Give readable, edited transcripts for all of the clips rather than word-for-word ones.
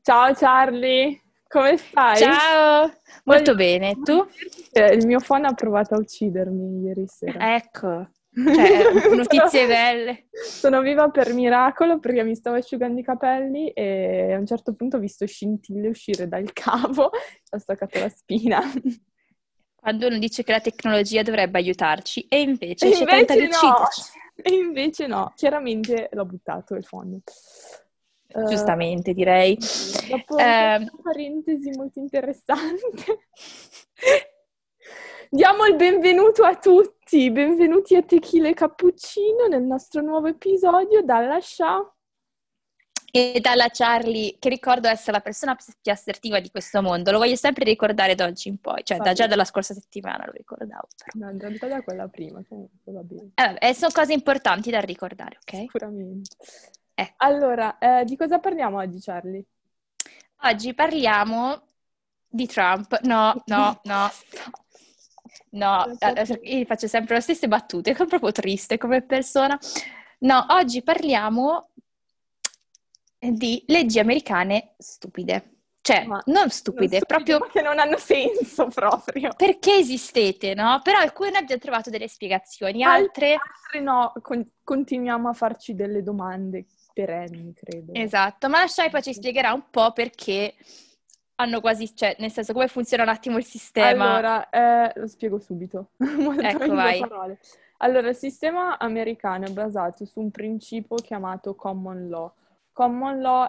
Ciao Charlie, come stai? Ciao, Voglio molto bene. Tu? dirti che il mio phone ha provato a uccidermi ieri sera. Ecco, cioè, Sono, notizie belle. sono viva per miracolo perché mi stavo asciugando i capelli e a un certo punto ho visto scintille uscire dal cavo e ho staccato la spina. Quando uno dice che la tecnologia dovrebbe aiutarci e E invece c'è tenta di invece no, ucciderci. e invece no, chiaramente l'ho buttato il phone. Eh, Giustamente, direi. Dopo Eh, questa parentesi molto interessante, diamo il benvenuto a tutti, benvenuti a Tequila e Cappuccino nel nostro nuovo episodio dalla Sha. e dalla Charlie, che ricordo essere la persona più assertiva di questo mondo, lo voglio sempre ricordare da oggi in poi, cioè Va già bene, dalla scorsa settimana lo ricordavo, però. no, in realtà da quella prima, comunque va bene, Vabbè, sono cose importanti da ricordare, ok? sicuramente. Ecco. Allora, di cosa parliamo oggi, Charlie? Oggi parliamo di Trump. No, No, no, no, basta. no. Non so più. Io faccio sempre le stesse battute, che è proprio triste come persona. No, oggi parliamo di leggi americane stupide. Cioè, Ma non non stupide, stupide, ma proprio che non hanno senso proprio. perché esistete, no? Però alcune abbiamo trovato delle spiegazioni, altre. Altre no, continuiamo a farci delle domande perenni, credo. Esatto, ma lasciai poi ci spiegherà un po' perché hanno quasi, cioè, nel senso, come funziona un attimo il sistema. Allora, lo spiego subito, molto Ecco, in due vai. parole. Allora, il sistema americano è basato su un principio chiamato common law. Common law,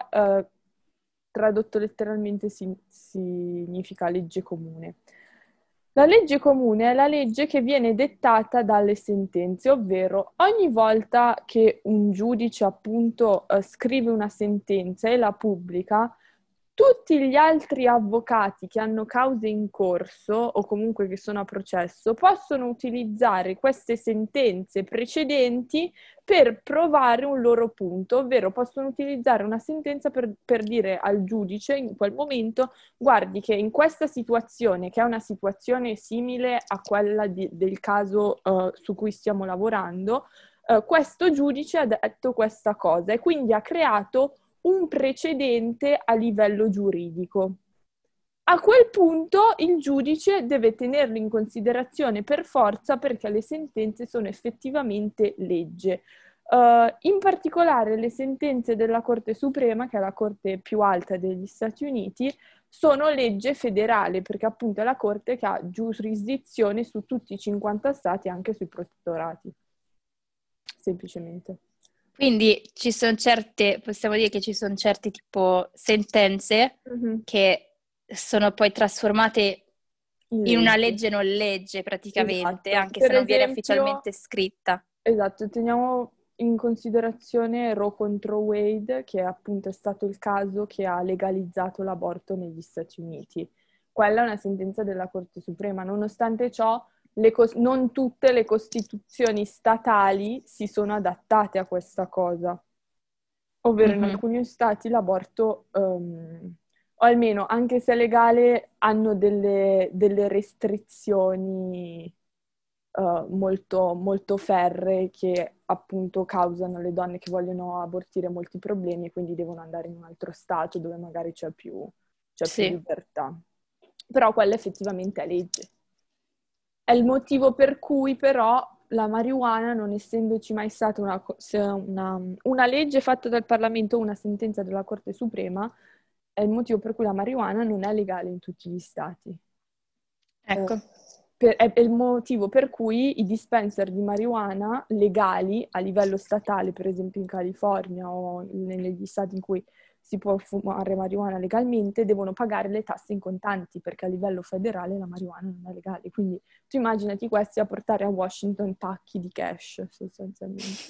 tradotto letteralmente, significa legge comune. La legge comune è la legge che viene dettata dalle sentenze, ovvero ogni volta che un giudice appunto scrive una sentenza e la pubblica, tutti gli altri avvocati che hanno cause in corso o comunque che sono a processo possono utilizzare queste sentenze precedenti per provare un loro punto, ovvero possono utilizzare una sentenza per dire al giudice in quel momento: guardi che in questa situazione, che è una situazione simile a quella del caso su cui stiamo lavorando, questo giudice ha detto questa cosa e quindi ha creato un precedente a livello giuridico. A quel punto il giudice deve tenerlo in considerazione per forza perché le sentenze sono effettivamente legge. In particolare le sentenze della Corte Suprema, che è la corte più alta degli Stati Uniti, sono legge federale perché appunto è la corte che ha giurisdizione su tutti i 50 stati, anche sui protettorati. Semplicemente. Quindi ci sono certe, possiamo dire che ci sono certe tipo sentenze Mhm. che sono poi trasformate In in una legge. legge non legge praticamente, Esatto. anche se Per non viene esempio, ufficialmente scritta. esatto, teniamo in considerazione Roe contro Wade, che appunto è stato il caso che ha legalizzato l'aborto negli Stati Uniti. Quella è una sentenza della Corte Suprema. Nonostante ciò, non tutte le costituzioni statali si sono adattate a questa cosa. Ovvero in Mhm. alcuni stati l'aborto, o almeno anche se è legale, hanno delle restrizioni molto, molto ferree che appunto causano alle donne che vogliono abortire molti problemi e quindi devono andare in un altro stato dove magari c'è più Sì. libertà. Però quella effettivamente è legge. È il motivo per cui però la marijuana, non essendoci mai stata una legge fatta dal Parlamento o una sentenza della Corte Suprema, è il motivo per cui la marijuana non è legale in tutti gli stati. Eh, Ecco. è il motivo per cui i dispenser di marijuana legali a livello statale, per esempio in California o negli stati in cui si può fumare marijuana legalmente, devono pagare le tasse in contanti perché a livello federale la marijuana non è legale. Quindi tu immaginati questi a portare a Washington pacchi di cash sostanzialmente.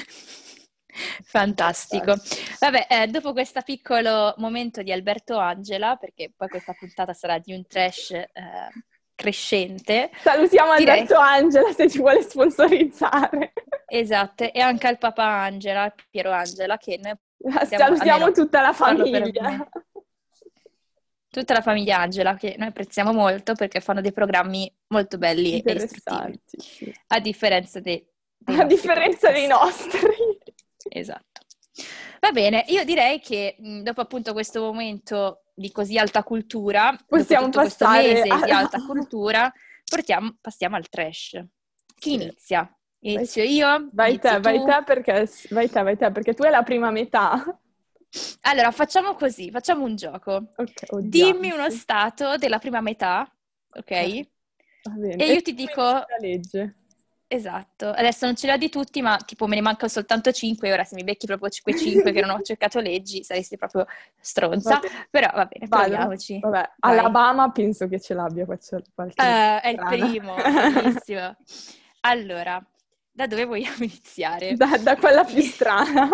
Fantastico. Vabbè, dopo questo piccolo momento di Alberto Angela, perché poi questa puntata sarà di un trash crescente, Salutiamo direi Alberto Angela se ci vuole sponsorizzare. esatto, e anche al papà Angela, Piero Angela, che noi apprezziamo, Salutiamo almeno tutta la parlo per famiglia. me, tutta la famiglia Angela, che noi apprezziamo molto perché fanno dei programmi molto belli e istruttivi, Interessanti, sì. a differenza dei A nostri differenza dei podcast. nostri. Esatto. Va bene, io direi che dopo appunto questo momento di così alta cultura, Possiamo dopo tutto questo passare mese di alta cultura, passiamo al trash. Chi Sì. inizia? Vai, Inizio io? vai Inizi te, vai tu? te perché tu hai la prima metà. Allora, facciamo così, facciamo un gioco. Ok, Dimmi uno odiante. stato della prima metà, ok? Ok, va bene. E E io tu ti mi dici dico, la legge. esatto, adesso non ce l'ho di tutti, ma tipo me ne mancano soltanto 5, ora se mi becchi proprio quei 5 che non ho cercato leggi, saresti proprio Va stronza, bene. però va bene, Vado. proviamoci. Vabbè, Vai. Alabama penso che ce l'abbia qualche legge È il strana. primo, bellissimo. Allora, da dove vogliamo iniziare? Da quella più strana.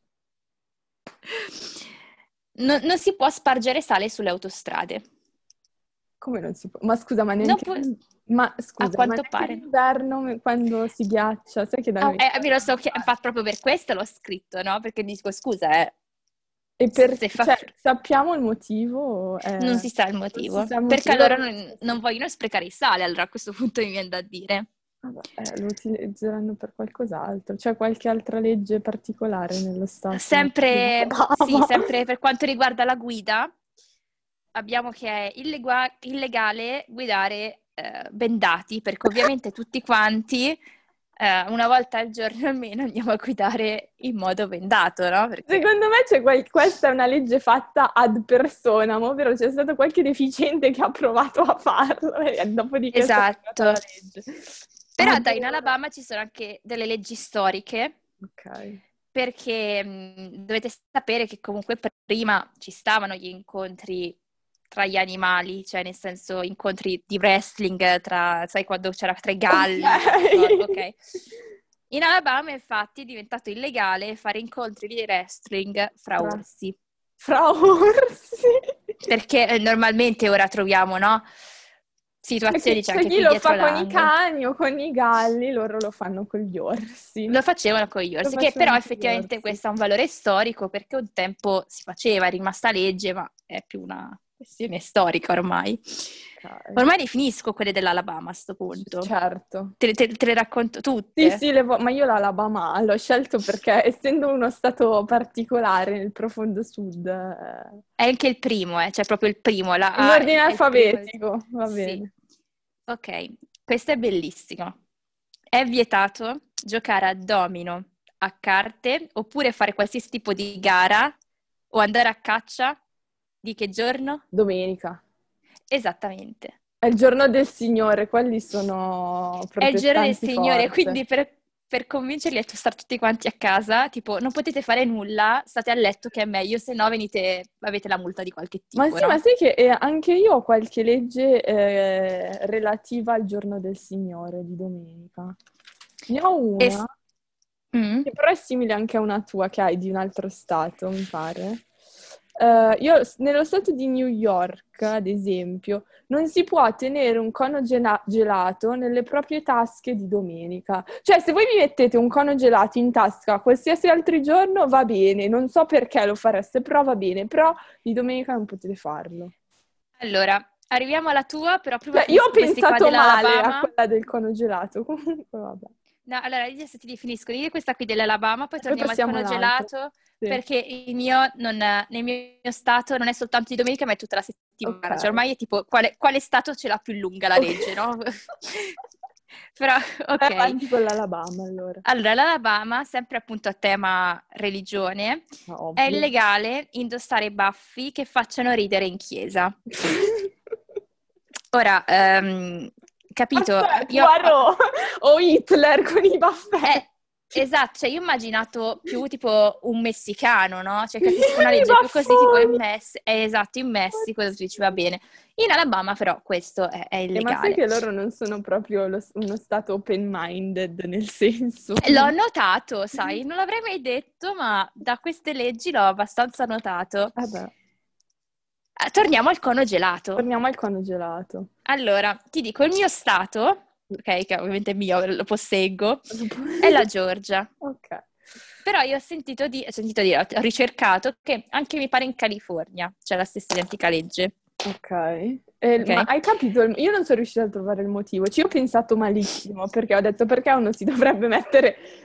Non si può spargere sale sulle autostrade. Come non si può? Ma scusa, Non pu- A ma quanto neanche pare. d'inverno quando si ghiaccia, sai che da noi Me lo so, infatti proprio per questo l'ho scritto, no? Perché dico, scusa, E se fa cioè, sappiamo il motivo? non si sa il Non si motivo. sa il Perché motivo. allora non vogliono sprecare il sale, allora a questo punto mi viene da dire. Vabbè, lo utilizzeranno per qualcos'altro. C'è qualche altra legge particolare nello Stato di Sì, Alabama? sempre per quanto riguarda la guida, abbiamo che è illegale guidare bendati, perché ovviamente tutti quanti, una volta al giorno almeno, andiamo a guidare in modo bendato, no? Perché Secondo me questa è una legge fatta ad personam, ovvero c'è stato qualche deficiente che ha provato a farlo e dopodiché è stata creata la esatto. legge. Però dai, in Adoro. Alabama ci sono anche delle leggi storiche, Ok. perché dovete sapere che comunque prima ci stavano gli incontri tra gli animali, cioè nel senso incontri di wrestling tra, sai, quando c'era tra i galli, queste cose, Ok. ok? In Alabama infatti è diventato illegale fare incontri di wrestling fra Fra, orsi, fra orsi. perché normalmente ora troviamo, no? Situazioni, c'è C'è anche chi qui lo dietro fa con i l'angolo. cani o con i galli, loro lo fanno con gli orsi. Lo facevano con gli Lo orsi, che però facevano con gli effettivamente orsi. questo ha un valore storico perché un tempo si faceva, è rimasta legge, ma è più una questione storica ormai. Ok. Ormai definisco quelle dell'Alabama a sto punto. Certo. Te le racconto Sì, tutte. sì, ma io l'Alabama l'ho scelto perché essendo uno stato particolare nel profondo sud, È anche il primo, cioè proprio il primo. in La A ordine è il primo. alfabetico, va Sì. bene. Ok, questo è bellissimo. È vietato giocare a domino, a carte, oppure fare qualsiasi tipo di gara o andare a caccia. Di che giorno? Domenica. Esattamente. È il giorno del Signore, quelli sono È il giorno del protestanti Signore, forte. quindi per convincerli a stare tutti quanti a casa, tipo, non potete fare nulla, state a letto che è meglio, se no avete la multa di qualche Ma tipo, sì, ma no? sai che anche io ho qualche legge relativa al giorno del Signore di domenica. Ne ho E, una, s- mm? che però è simile anche a una tua che hai di un altro stato, mi pare. Nello stato di New York, ad esempio, non si può tenere un cono gelato nelle proprie tasche di domenica. Cioè, se voi vi mettete un cono gelato in tasca qualsiasi altro giorno, va bene. Non so perché lo fareste, però va bene. Però di domenica non potete farlo. Allora, arriviamo alla tua, però prima Cioè, io ho finisco questi qua pensato male a dell'Alabama. quella del cono gelato. Comunque, vabbè. No, allora, io adesso ti definisco io questa qui dell'Alabama, poi E poi torniamo al passiamo cono all'altro. gelato, Sì. perché nel mio stato non è soltanto di domenica, ma è tutta la Ok. settimana. Cioè, ormai è tipo, quale stato ce l'ha più lunga la Ok. legge, no? Però, Vai ok. avanti con l'Alabama, allora. Allora, l'Alabama, sempre appunto a tema religione, Ah, è ovvio. illegale indossare baffi che facciano ridere in chiesa. Ora, capito, Aspetta, io Poirot o Hitler con i baffetti. esatto, cioè io ho immaginato più tipo un messicano, no? Cioè capisco una I legge più così tipo in baffoni. Messico, esatto, in Messico dove tu dici va bene. In Alabama però questo è Ma sai illegale. che loro non sono proprio uno stato open-minded, nel senso... L'ho notato, sai, non l'avrei mai detto, ma da queste leggi l'ho abbastanza notato. Vabbè, Torniamo al cono gelato. torniamo al cono gelato. Allora, ti dico, il mio stato, ok, che ovviamente è mio, lo posseggo, è la Georgia. Ok. Però io ho ricercato che anche mi pare in California c'è la stessa identica legge, Ok. Ma ok? hai capito? Io non sono riuscita a trovare il motivo. Ci ho pensato malissimo perché ho detto perché uno si dovrebbe mettere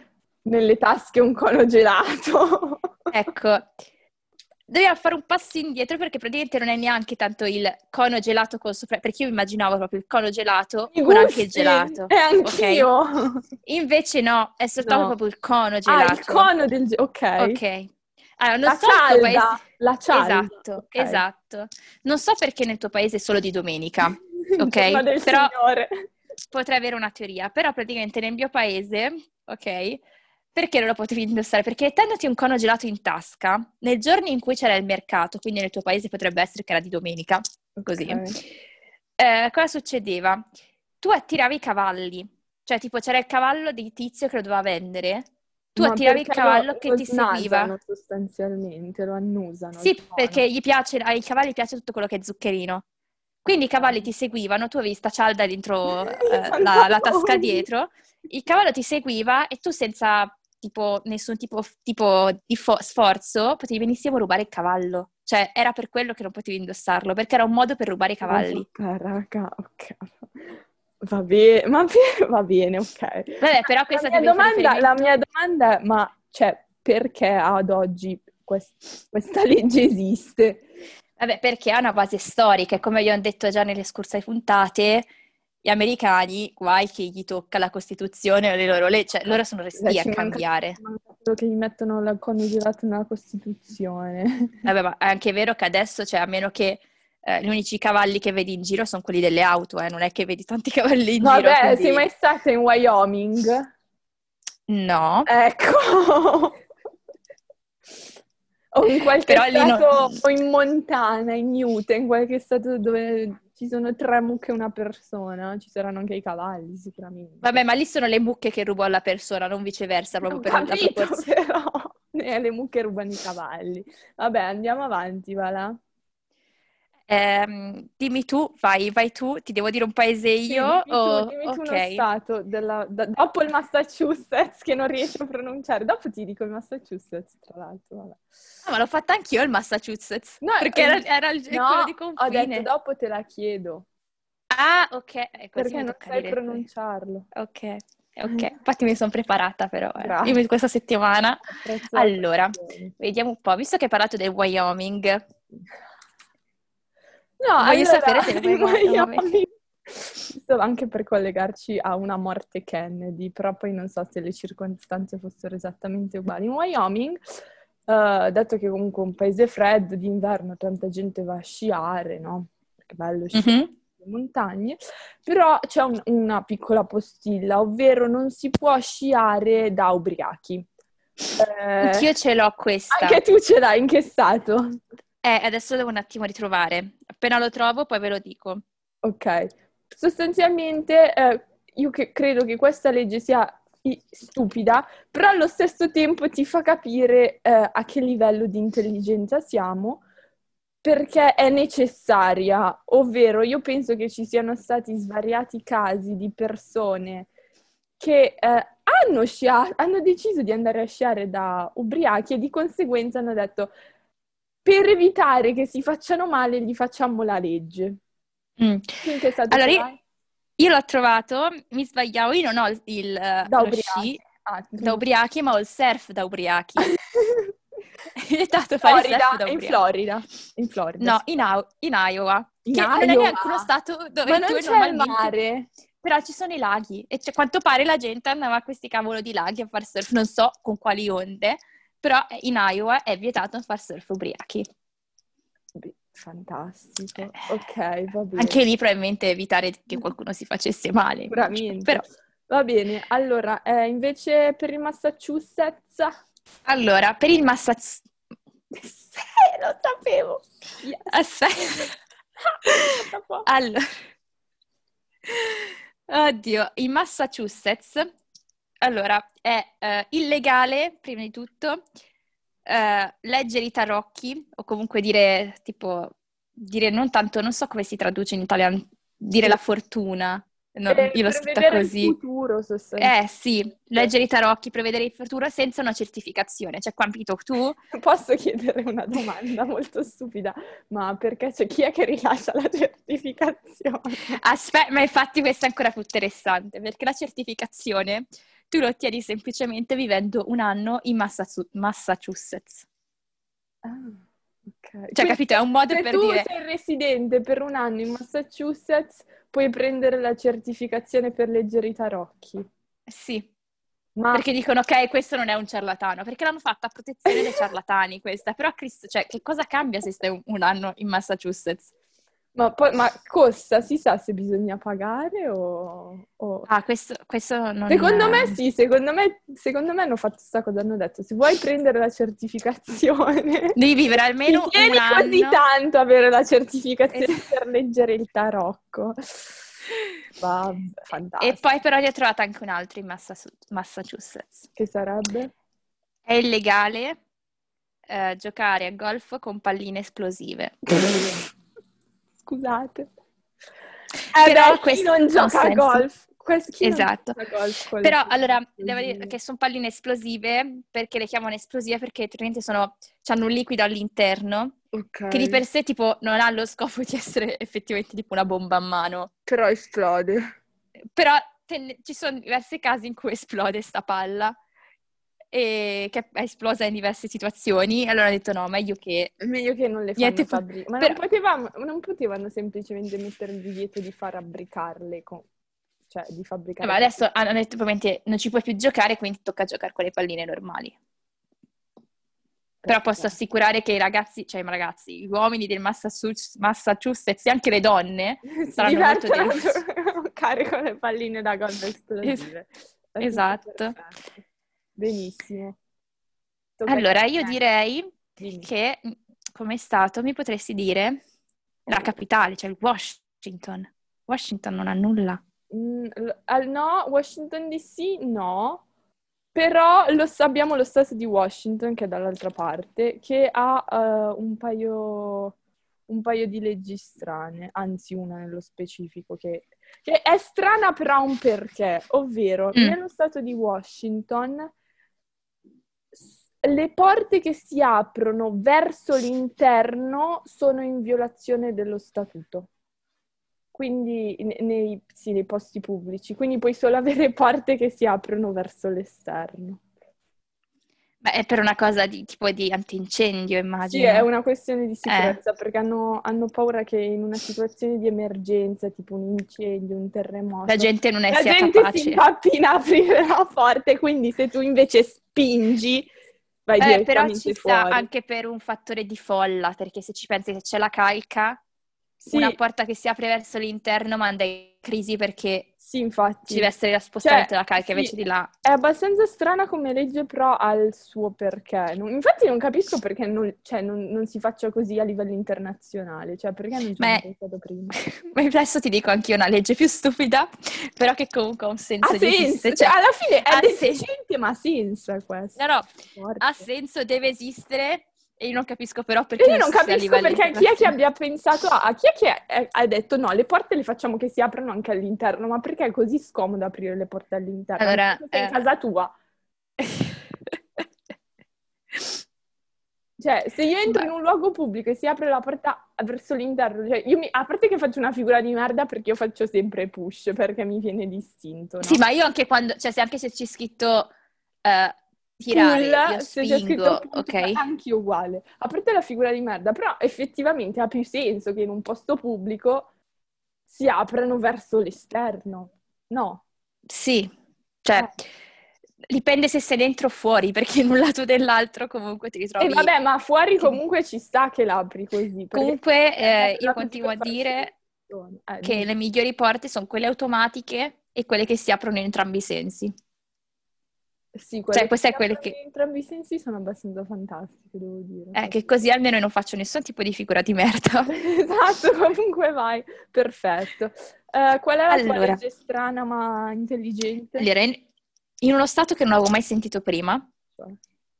nelle tasche un cono gelato. Ecco, dobbiamo fare un passo indietro perché praticamente non è neanche tanto il cono gelato con sopra, perché io immaginavo proprio il cono gelato I con anche il gusti! gelato, Anch'io! ok? Invece no, è soltanto No. proprio il cono Ah, il gelato. cono del... Ok. Ok. Allora, non La so il tuo paese... cialda! La cialda, Esatto, ok. esatto. Non so perché nel tuo paese è solo di domenica, Il giorno ok? del Però Signore. potrei avere una teoria. Però praticamente nel mio paese, ok? Perché non lo potevi indossare? Perché mettendoti un cono gelato in tasca, nei giorni in cui c'era il mercato, quindi nel tuo paese potrebbe essere che era di domenica, così, Ok. cosa succedeva? Tu attiravi i cavalli, cioè tipo c'era il cavallo di tizio che lo doveva vendere, tu Ma attiravi il perché cavallo che lo ti seguiva. snasano sostanzialmente, lo annusano il Sì, cono. perché gli piace, ai cavalli piace tutto quello che è zuccherino. Quindi i cavalli Ok. ti seguivano, tu avevi sta cialda dentro I la tasca pantaloni. dietro, il cavallo ti seguiva e tu senza tipo nessun tipo di sforzo potevi benissimo rubare il cavallo. Cioè era per quello che non potevi indossarlo, perché era un modo per rubare i Ma cavalli. raga, ok. Va bene, va bene, ok. Vabbè, però La questa mia dove fa domanda, la riferimento? mia domanda è, ma cioè, perché ad oggi questa legge esiste? Vabbè, perché ha una base storica e come abbiamo detto già nelle scorse puntate, gli americani, guai che gli tocca la Costituzione o le loro leggi, cioè loro sono restii a Ci cambiare. manca solo che gli mettono la coniugata nella Costituzione. Vabbè, ma è anche vero che adesso, cioè, a meno che gli unici cavalli che vedi in giro sono quelli delle auto, non è che vedi tanti cavalli in giro, Vabbè, sei quindi mai stata in Wyoming? no. Ecco. O in qualche Però lì no. stato, o in Montana, in Utah, in qualche stato dove ci sono 3 mucche e una persona, ci saranno anche i cavalli sicuramente. Vabbè, ma lì sono le mucche che rubo alla persona, non viceversa, proprio Ho per la capito proporzione. però, le mucche rubano i cavalli. Vabbè, andiamo avanti, va là. Dimmi tu, vai tu, ti devo dire un paese Sì, io dimmi tu uno ok. stato dopo il Massachusetts che non riesci a pronunciare. Dopo ti dico il Massachusetts, tra l'altro. Vabbè. Ah, ma l'ho fatta anch'io il Massachusetts, No, perché era quello di no, ho detto confine. dopo te la chiedo, Ah, ok, così perché mi non tocca sai dire. pronunciarlo. Ok, ok. Infatti mi sono preparata però, io Grazie, questa settimana. apprezzo la Allora, passione. vediamo un po'. Visto che hai parlato del Wyoming, No, voglio allora, sapere se il in Wyoming... Wyoming, giusto anche per collegarci a una morte Kennedy, però poi non so se le circostanze fossero esattamente uguali. In Wyoming, dato che comunque è un paese freddo, d'inverno tanta gente va a sciare, no? Perché è bello sciare Mhm. nelle montagne, però c'è una piccola postilla, ovvero non si può sciare da ubriachi. Anch'io ce l'ho Anche questa. tu ce l'hai, in che stato? Adesso devo un attimo ritrovare. Appena lo trovo, poi ve lo dico. Ok, sostanzialmente io credo che questa legge sia stupida, però allo stesso tempo ti fa capire a che livello di intelligenza siamo, perché è necessaria, ovvero io penso che ci siano stati svariati casi di persone che hanno deciso di andare a sciare da ubriachi e di conseguenza hanno detto per evitare che si facciano male gli facciamo la legge. Mm. Tu in che stato Allora, ce io, l'hai? io l'ho trovato, mi sbagliavo, io non ho Da lo ubriachi. sci Ah, da tu. ubriachi, ma ho il surf da ubriachi. È vietato fare il surf Florida, da è in ubriachi. Florida. In Florida, No, sì. in Iowa, In che non è neanche uno Iowa. stato Ma dove tu non c'è il normalmente... mare. Però ci sono i laghi e a quanto pare la gente andava a questi cavolo di laghi a fare surf, non so con quali onde, però in Iowa è vietato fare surf ubriachi. Beh, Eh, fantastico. Ok, va Anche bene. lì probabilmente evitare che qualcuno si facesse male, immagino. Sicuramente. Però, Va bene. Allora, invece per il Massachusetts... allora, per il Massachusetts... Sì, lo sapevo. Yes. Aspetta. Sono stata qua. Allora, oddio, in Massachusetts, allora, è illegale, prima di tutto, leggere i tarocchi, o comunque dire, tipo, dire non tanto, non so come si traduce in italiano, dire la fortuna. No, io l'ho scritta Prevedere il così. futuro, sostanzialmente. Sì, leggere i tarocchi, prevedere il futuro senza una certificazione. Cioè, capito, tu Posso chiedere una domanda molto stupida, ma perché c'è chi è che rilascia la certificazione? aspetta, ma infatti questa è ancora più interessante, perché la certificazione tu lo ottieni semplicemente vivendo un anno in Massachusetts. Ah, ok. Cioè, Quindi, capito? È un modo se per tu dire, sei residente per un anno in Massachusetts, puoi prendere la certificazione per leggere i tarocchi. sì, Ma perché dicono, ok, questo non è un ciarlatano, perché l'hanno fatta a protezione dei ciarlatani questa, però Cristo, cioè, che cosa cambia se stai un anno in Massachusetts? ma costa? Si sa se bisogna pagare o... Ah, questo non... Secondo me sì, secondo me hanno fatto questa cosa, hanno detto, se vuoi prendere la certificazione, Devi vivere ti almeno un tieni così anno. tanto a avere la certificazione Es- per leggere il tarocco. Vabbè, E poi fantastico. però ne ho trovata anche un altro in Massachusetts. Che sarebbe? È illegale giocare a golf con palline esplosive. Scusate. Però Chi questo non ha un gioca a senso. golf? Chi non Esatto. gioca a golf con le Però palline allora devo dire esplosive? che sono palline esplosive perché le chiamano esplosive perché praticamente hanno un liquido all'interno Ok, che di per sé tipo non ha lo scopo di essere effettivamente tipo una bomba a mano. però esplode. Però ci sono diversi casi in cui esplode sta palla e che è esplosa in diverse situazioni. Allora ho detto no, meglio che È meglio che non le fanno niente. fabbricare. Ma Però, non potevano semplicemente mettere il divieto di fabbricarle, cioè di fabbricare ma adesso queste. hanno detto probabilmente non ci puoi più giocare, quindi tocca giocare con le palline normali. Però posso Perfetto. assicurare che gli uomini del Massachusetts e anche le donne Si saranno molto divertono a delusi. giocare con le palline da golf Es- esplosive. È tutto esatto. perfetto. Benissimo. Tocca a Allora, io te. direi Dimmi. che, come stato, mi potresti dire la capitale, cioè il Washington. Washington non ha nulla. No, Washington DC no, però abbiamo lo stato di Washington che è dall'altra parte, che ha un paio di leggi strane, anzi una nello specifico che è strana però ha un perché, ovvero Mm. nello stato di Washington le porte che si aprono verso l'interno sono in violazione dello statuto. Quindi nei posti pubblici, quindi puoi solo avere porte che si aprono verso l'esterno. Beh, è per una cosa di tipo di antincendio, Sì, è immagino. una questione di Eh, sicurezza perché hanno paura che in una situazione di emergenza, tipo un incendio, un la terremoto, gente non ne la sia gente si capace. impappina a aprire la porta e quindi se tu invece spingi, vai Però ci direttamente sta fuori. anche per un fattore di folla, perché se ci pensi che c'è la calca, una Sì, porta che si apre verso l'interno manda in crisi perché sì, ci deve infatti. essere lo Cioè, spostamento della calca, sì, invece di là. è abbastanza strana come legge, però ha il suo perché. Infatti non capisco perché non si faccia così a livello internazionale, cioè perché non ci Ma, hanno è- pensato prima. ma adesso ti dico anche una legge più stupida, però che comunque ha un Ha senso di senso, esistere. cioè Cioè, alla fine è ha senso. deficiente, ma ha senso è No, questo. no, ha Forte. senso, deve esistere e io non capisco però E perché io non non si sia a capisco livello perché chi è che internazionale. abbia pensato a chi è che ha detto no, le porte le facciamo che si aprono anche all'interno, ma perché è così scomodo aprire le porte all'interno? Anche Allora, se sei in casa tua. Cioè, se io entro in ma- un luogo pubblico e si apre la porta verso l'interno, cioè a parte che faccio una figura di merda perché io faccio sempre push, perché mi viene distinto, sì, no? ma io anche quando, cioè se anche se c'è scritto eh, Pull, tirare, io se c'è scritto spingo, pull, ok? anch'io uguale. A parte la figura di merda, però effettivamente ha più senso che in un posto pubblico si aprano verso l'esterno. No. Sì, cioè Eh. dipende se sei dentro o fuori, perché in un lato o dell'altro comunque ti E ritrovi... vabbè, ma fuori che- comunque ci sta che l'apri così, perché Comunque io aprirla così continuo per a fare dire selezione. che le migliori porte sono quelle automatiche e quelle che si aprono in entrambi i sensi. Sì, Cioè quelle che queste si è quelle aprono che... in entrambi i sensi sono abbastanza fantastiche, devo dire. che così almeno non faccio nessun tipo di figura di merda. Esatto, comunque vai. Perfetto. Qual è la tua Allora, legge strana ma intelligente? allora, in uno stato che non avevo mai sentito prima, Cioè,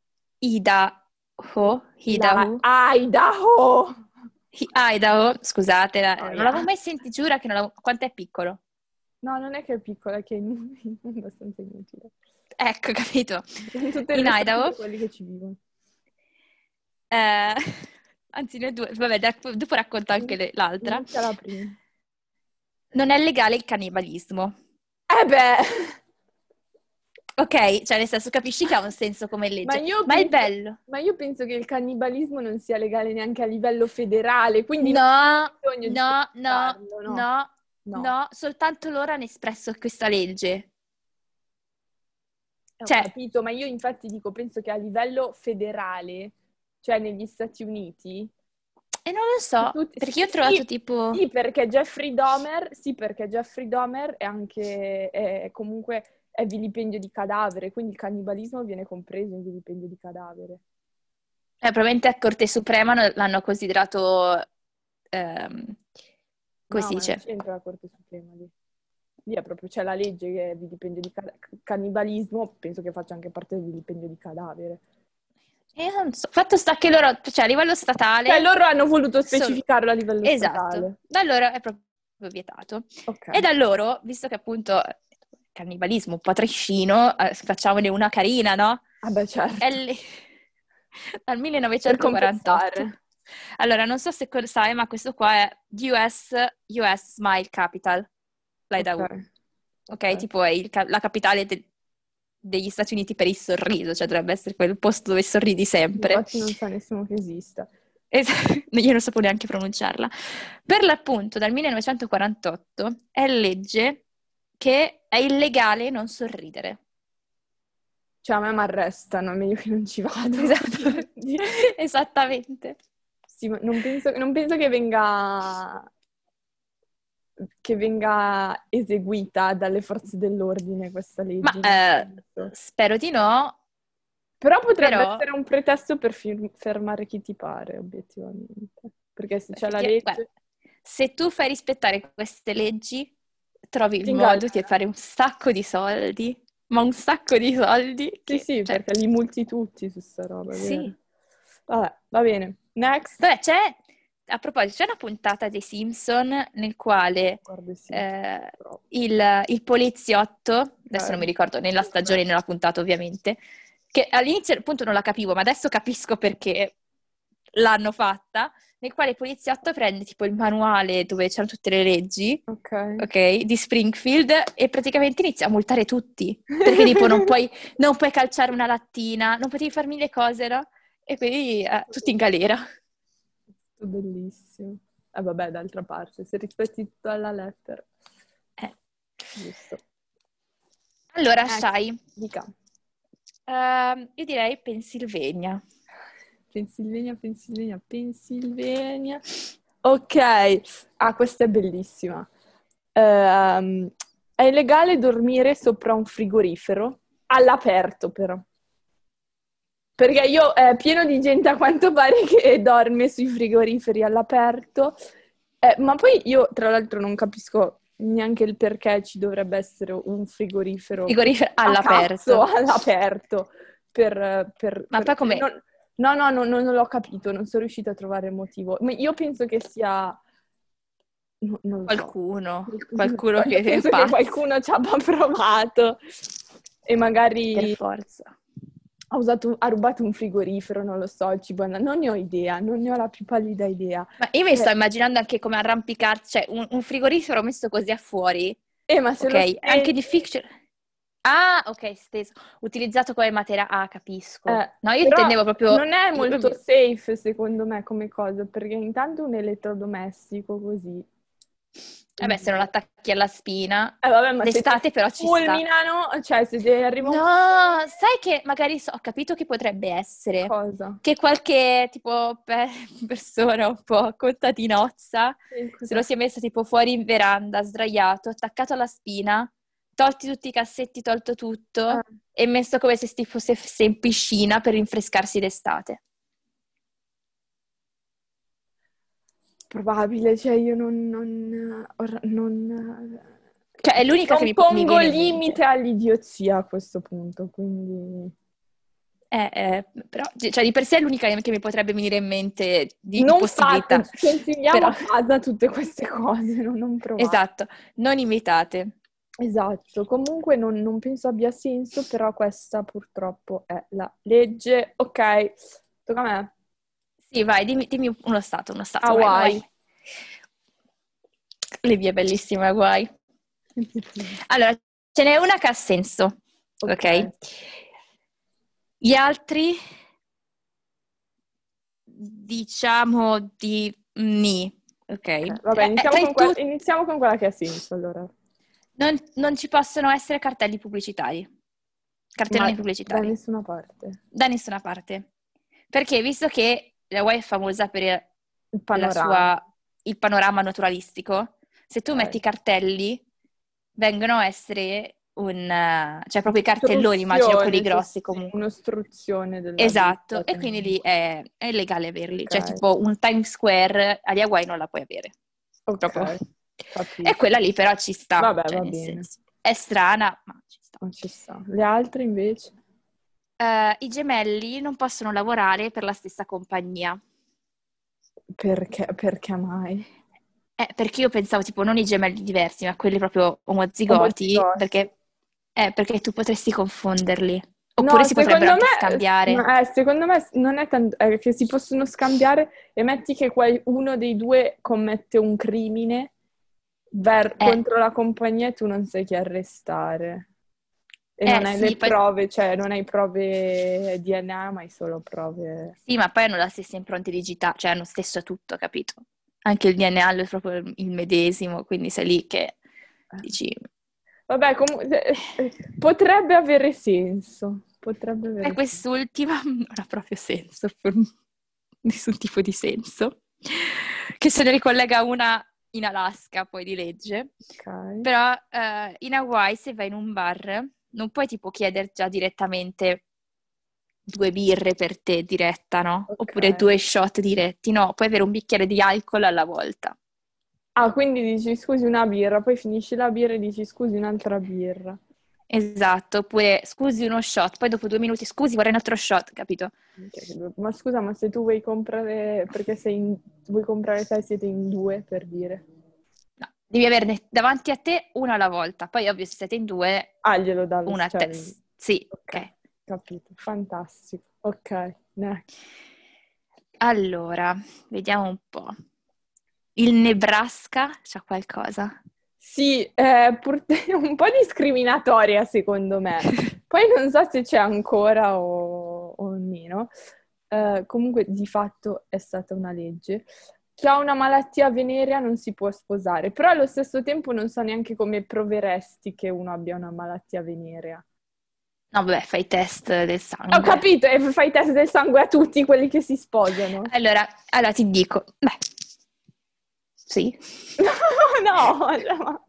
Idaho, Idaho! Idaho, scusate, non l'avevo Noia. mai sentito, giura che non l'avevo... Quanto è piccolo? No, non è che è piccola, è che è abbastanza inutile. Ecco, capito. In tutte In le stati Idaho, per quelli che ci vivono. eh, anzi noi due, vabbè, dopo racconto anche l'altra, Inizia la prima. non è legale il cannibalismo. Eh beh! Ok, cioè nel senso capisci che ha un senso come legge, ma è bello. Ma io penso che il cannibalismo non sia legale neanche a livello federale, quindi non No, c'è bisogno di no, no, specificarlo, no? no, No. no, soltanto loro hanno espresso questa legge. Ho Cioè, capito, ma io infatti dico, penso che a livello federale, cioè negli Stati Uniti, e non lo so, perché io ho trovato tipo... sì, perché Jeffrey Dahmer è anche, comunque è vilipendio di cadavere, quindi il cannibalismo viene compreso in vilipendio di cadavere. probabilmente a Corte Suprema l'hanno considerato... come No, si ma non dice? c'entra la Corte Suprema lì. Lì è proprio, c'è la legge che è vilipendio di cannibalismo, penso che faccia anche parte del vilipendio di cadavere. Io non so. Fatto sta che loro, cioè a livello statale... Cioè, loro hanno voluto solo- specificarlo a livello Esatto, statale. da loro è proprio vietato. Ok. E da loro, visto che appunto cannibalismo un po' trescino, facciamone una carina, no? Ah beh, certo. È lì- dal Per 1948. compensare. Allora, non so se sai, ma questo qua è US Smile Capital, l'hai da U. Ok. Ok, tipo è la capitale degli Stati Uniti per il sorriso, cioè dovrebbe essere quel posto dove sorridi sempre. Infatti non sa nessuno che esista. Io non sapevo neanche pronunciarla. Per l'appunto, dal 1948 è legge che è illegale non sorridere. Cioè, a me mi arrestano, è meglio che non ci vado. Esatto, esattamente. Sì, ma non penso che venga eseguita dalle forze dell'ordine questa Ma legge. Non penso. spero di no, Però potrebbe però essere un pretesto per fermare chi ti pare, obiettivamente. Perché se c'è la guarda, legge, se tu fai rispettare queste leggi, trovi il ti modo di ingannano. fare un sacco di soldi, ma un sacco di soldi Sì, che, sì, cioè, perché li multi tutti su sta roba, è vero? sì. Vabbè, va bene. Next. Vabbè, a proposito, c'è una puntata dei Simpson nel quale Guarda, sì. Però, il poliziotto, adesso non mi ok. ricordo nella stagione, nella puntata ovviamente, che all'inizio appunto non la capivo, ma adesso capisco perché l'hanno fatta, nel quale il poliziotto prende tipo il manuale dove c'erano tutte le leggi, Ok. ok, di Springfield e praticamente inizia a multare tutti, perché tipo non puoi calciare una lattina, non potevi fare mille cose, no? E quindi tutti in galera. Bellissimo. E vabbè, d'altra parte, se rispetti tutto alla lettera. Eh. Giusto. Allora, Next. sai, Dica. io direi Pennsylvania. Pennsylvania. Ok. Ah, questa è bellissima. È illegale dormire sopra un frigorifero, all'aperto però. Perché io è pieno di gente a quanto pare che dorme sui frigoriferi all'aperto. Ma poi io, tra l'altro, non capisco neanche il perché ci dovrebbe essere un frigorifero Frigorifero a cazzo all'aperto. all'aperto. Ma poi come... No, non l'ho capito, non sono riuscita a trovare il motivo. Ma io penso che sia... No, non lo so. Qualcuno Io che è penso che pazzo, qualcuno ci abbia provato e per magari forza. ha rubato un frigorifero, non lo so, il cibo non ne ho idea, non ne ho la più pallida idea. Ma io mi sto immaginando anche come arrampicarsi, cioè un frigorifero messo così a fuori, Ma se lo ok? Anche di spegni... fiction. Ah, ok, steso. Utilizzato come materiale. Ah, capisco. No, io Però intendevo proprio... non è molto safe, secondo me, come cosa, perché intanto un elettrodomestico così... Vabbè, se non l'attacchi alla spina. Vabbè, ma se ti D'estate però ci sta. fulminano, cioè se ti arriva un... No, sai che magari ho capito che potrebbe essere Cosa? che qualche tipo persona un po' contadinozza Sì, se lo cos'è? sia messa tipo fuori in veranda, sdraiato, attaccato alla spina, tolti tutti i cassetti, tolto Eh, tutto e messo come se fosse in piscina per rinfrescarsi d'estate. probabile, cioè io Cioè è l'unica che non mi pongo viene in limite mente. all'idiozia a questo punto, quindi... Però, cioè, di per sé è l'unica che mi potrebbe venire in mente di Non fate, possibilità. consigliamo Però, a casa tutte queste cose, non provate. esatto, non imitate. Esatto, comunque non penso abbia senso, però questa purtroppo è la legge. Ok, tocca a me. Sì, vai, dimmi uno stato, vai, vai. Hawaii. Le mie bellissime Hawaii. Allora, ce n'è una che ha senso. Ok. ok? Gli altri, diciamo di ni, ok? Ok, vabbè, Tra i tutti iniziamo con quella che ha senso, allora. non ci possono essere cartelli pubblicitari, Ma cartelloni da pubblicitari, nessuna parte. da nessuna parte. Perché visto che la Hawaii è famosa per Il la panorama. sua, il panorama naturalistico, se tu metti Ok. i cartelli, vengono a essere cioè proprio i cartelloni, immagino, quelli Istruzione, grossi sì, comunque. un'ostruzione della Esatto, vita. e quindi lì è illegale averli. Cioè, Ok, tipo un Times Square agli Hawaii non la puoi avere. Proprio. ok, E capito. quella lì però ci sta, Vabbè, cioè va nel bene, senso, è strana, ma ci sta. non ci sta. Le altre invece? I gemelli non possono lavorare per la stessa compagnia. Perché mai? Perché io pensavo tipo non i gemelli diversi, ma quelli proprio omozigoti, Omozigoti. perché tu potresti confonderli. Oppure No, si potrebbero secondo anche me, scambiare. secondo me non è tanto, è che si possono scambiare e metti che uno dei due commette un crimine Eh, contro la compagnia e tu non sai chi arrestare. E non hai le sì, poi prove, cioè non hai prove DNA, ma hai solo prove. sì, ma poi hanno la stessa impronta digitale, cioè hanno stesso tutto, capito? Anche il DNA è proprio il medesimo, quindi sei lì che dici... Vabbè, comunque potrebbe avere senso. Potrebbe E avere senso. quest'ultima non ha proprio senso, per nessun tipo di senso, che se ne ricollega una in Alaska poi di legge, Ok. però in Hawaii se vai in un bar non puoi tipo chiedere già direttamente 2 birre per te diretta, no? Ok. Oppure 2 shot diretti, no, puoi avere un bicchiere di alcol alla volta. Ah, quindi dici scusi una birra, poi finisci la birra e dici scusi un'altra birra. Esatto, oppure scusi uno shot, poi dopo 2 minuti scusi vorrei un altro shot, capito? Ma scusa, ma se tu vuoi comprare, perché vuoi comprare te, siete in due, per dire. No, devi averne davanti a te una alla volta, poi ovvio se siete in due, Ah, glielo dà una a cioè, testa. Sì, ok, ok. capito, fantastico. Ok, next. Allora, vediamo un po'. Il Nebraska c'ha qualcosa? Sì, è un po' discriminatoria secondo me. Poi non so se c'è ancora o meno. Comunque di fatto è stata una legge. Chi ha una malattia venerea non si può sposare, però allo stesso tempo non so neanche come proveresti che uno abbia una malattia venerea. No, vabbè, fai i test del Ho sangue. capito, e fai test del sangue a tutti quelli che si sposano. Allora ti dico, beh, sì. No, no.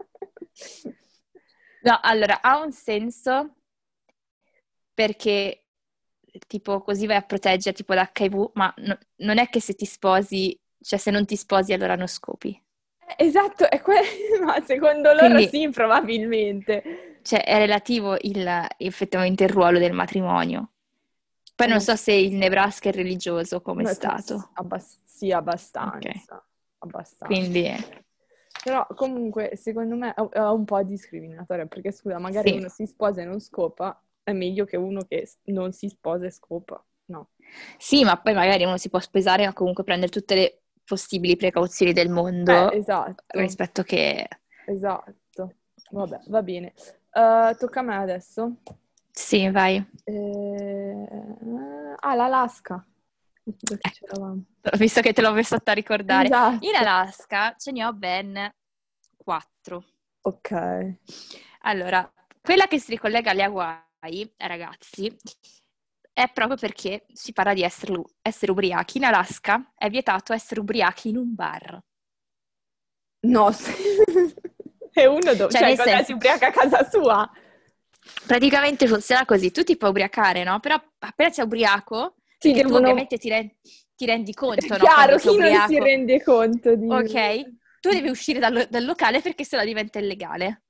No, allora ha un senso perché tipo così vai a proteggere tipo l'HIV, ma non è che se ti sposi, cioè se non ti sposi allora non scopi. Esatto, ma secondo loro Quindi, sì, probabilmente. cioè, è relativo effettivamente il ruolo del matrimonio. Poi non so se il Nebraska è religioso come No, stato. sì, Ok, abbastanza, abbastanza. quindi Però comunque secondo me è un po' discriminatorio, perché scusa, magari sì. uno si sposa e non scopa, è meglio che uno che non si sposa e scopa. No. Sì, ma poi magari uno si può sposare, ma comunque prendere tutte le possibili precauzioni del mondo Esatto, rispetto che... esatto. Vabbè, va bene. Tocca a me adesso. Sì, vai. L'Alaska. Visto che Ecco, c'eravamo. visto che te l'ho messo a ricordare. In Esatto. Alaska ce ne ho ben 4. Ok. Allora, quella che si ricollega alle Hawaii, ragazzi, è proprio perché si parla di essere ubriachi. In Alaska è vietato essere ubriachi in un bar. No, e uno Cioè, cioè, nel cos'è, si senso, ubriaca a casa sua? praticamente funziona così. Tu ti puoi ubriacare, no? Però appena sei ubriaco, Ti perché tu devono... ovviamente ti rendi È conto, no? Quando chiaro, sei chi non si ubriaco. rende conto di... Ok? Tu devi uscire dal locale perché sennò diventa illegale.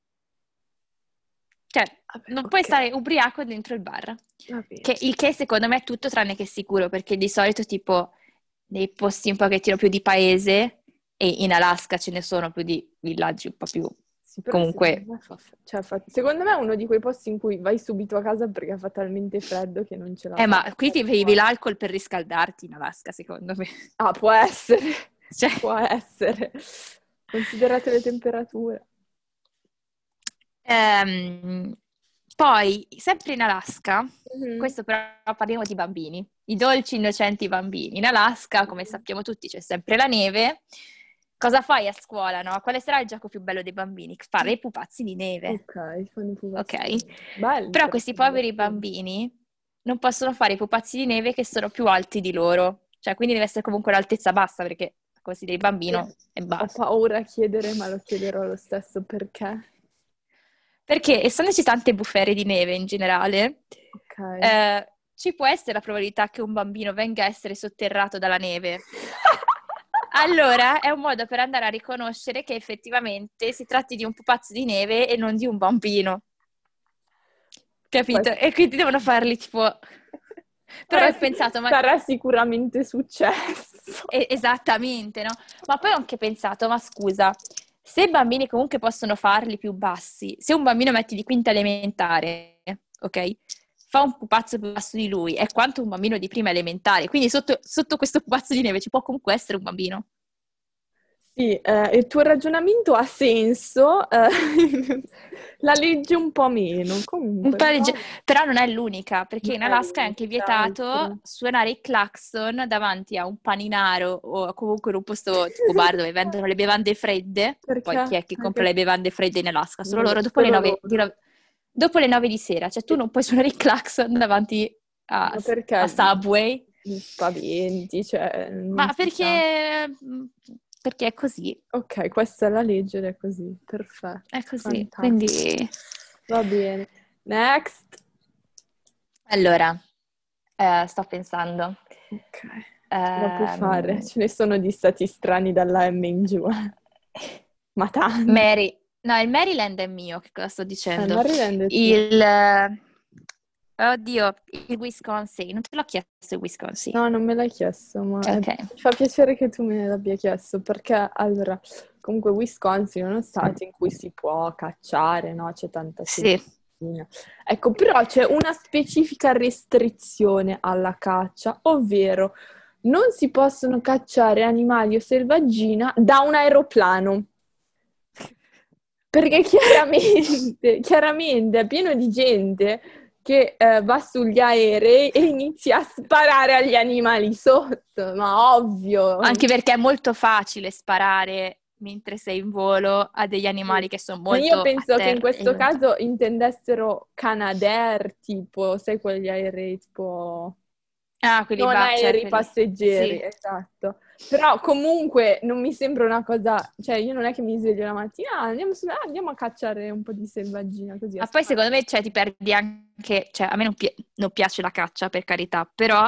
Cioè, Vabbè, non puoi ok, stare ubriaco dentro il bar. va bene. Il che secondo me è tutto tranne che sicuro, perché di solito tipo nei posti un pochettino più di paese, e in Alaska ce ne sono più di villaggi un po' più Sì, però secondo comunque... me secondo me è uno di quei posti in cui vai subito a casa perché fa talmente freddo che non ce la fai a Ma qui stare ti bevi fuori. l'alcol per riscaldarti in Alaska, secondo me. Ah, può essere, Cioè, può essere. Considerate le temperature. ehm, Poi, sempre in Alaska, Mhm. questo però parliamo di bambini, i dolci innocenti bambini. In Alaska, come sappiamo tutti, c'è sempre la neve. Cosa fai a scuola, no? Quale sarà il gioco più bello dei bambini? Fare i pupazzi di neve, Ok, fanno i pupazzi. ok? Belli Però però, questi poveri divertenti. bambini non possono fare i pupazzi di neve che sono più alti di loro. Cioè, quindi deve essere comunque l'altezza bassa, perché consideri Io bambino e ho basta. paura a chiedere, ma lo chiederò lo stesso perché. Perché essendoci tante bufere di neve in generale, Ok. ci può essere la probabilità che un bambino venga a essere sotterrato dalla neve. Allora è un modo per andare a riconoscere che effettivamente si tratti di un pupazzo di neve e non di un bambino. Capito? Questo- E quindi devono farli tipo... Però Sarà, io ho pensato, ma sarà sicuramente successo. esattamente, no? Ma poi ho anche pensato, ma scusa, se i bambini comunque possono farli più bassi, se un bambino metti di quinta elementare, ok? Fa un pupazzo più basso di lui, è quanto un bambino di prima elementare, quindi sotto questo pupazzo di neve ci può comunque essere un bambino. Sì, il tuo ragionamento ha senso, la legge un po' meno, Un comunque, po' va Però non è l'unica, perché in Alaska è bene, anche vietato altro. suonare il clacson davanti a un paninaro o comunque in un posto tipo bar dove vendono le bevande fredde. Poi chi Perché? è che compra le bevande fredde in Alaska? Solo loro dopo le Solo 9 loro. dopo le 9 di sera. Cioè tu non puoi suonare il clacson davanti Ma a perché Subway, mi spaventi? Cioè, non ma si sa. perché è così. Ok, questa è la legge ed è così. È Perfetto, così. fantastico. Quindi Va bene. Next. allora, sto pensando. Ok, ce la puoi fare. Ehm, Ce ne sono di stati strani dalla M in giù. Ma tanti. No, il Maryland è mio, che cosa sto dicendo? Maryland è tuo. Il, oddio, il Wisconsin, non te l'ho chiesto il Wisconsin. No, non me l'hai chiesto, ma Ok, mi fa piacere che tu me l'abbia chiesto, perché allora, comunque Wisconsin è uno stato in cui si può cacciare, no? C'è tanta sì. selvaggina. Ecco, però c'è una specifica restrizione alla caccia, ovvero non si possono cacciare animali o selvaggina da un aeroplano. Perché chiaramente è pieno di gente che va sugli aerei e inizia a sparare agli animali sotto, ma ovvio. Anche perché è molto facile sparare mentre sei in volo a degli Sì. animali che sono Ma io molto a penso che in terra e questo lontani. caso intendessero Canadair, tipo, sai quegli aerei tipo... Ah, quelli Non cioè aerei quelli... passeggeri, Sì. esatto. Però comunque non mi sembra una cosa, cioè io non è che mi sveglio la mattina, andiamo a cacciare un po' di selvaggina così a Ma poi sparare. secondo me, cioè, ti perdi anche, cioè, a me non piace la caccia, per carità, però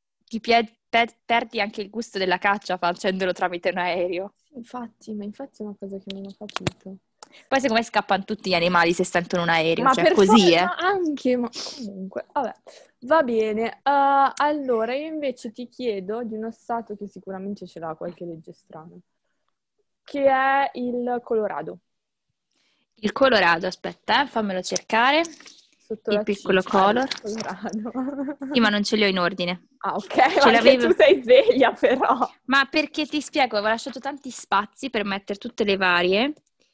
perdi anche il gusto della caccia facendolo tramite un aereo. Ma infatti è una cosa che non ho capito. Poi secondo me scappano tutti gli animali se sentono un aereo, Ma cioè per così, forza, ma anche, ma comunque, vabbè, va bene. Allora, io invece ti chiedo di uno stato che sicuramente ce l'ha qualche legge strana, che è il Colorado, Il Colorado, aspetta, fammelo cercare. sotto Il la C, piccolo Charlie, Color. Colorado. Sì, ma non ce li ho in ordine. Ah, ok, Ce ma che l'avevo. tu sei sveglia però. Ma perché ti spiego, avevo lasciato tanti spazi per mettere tutte le varie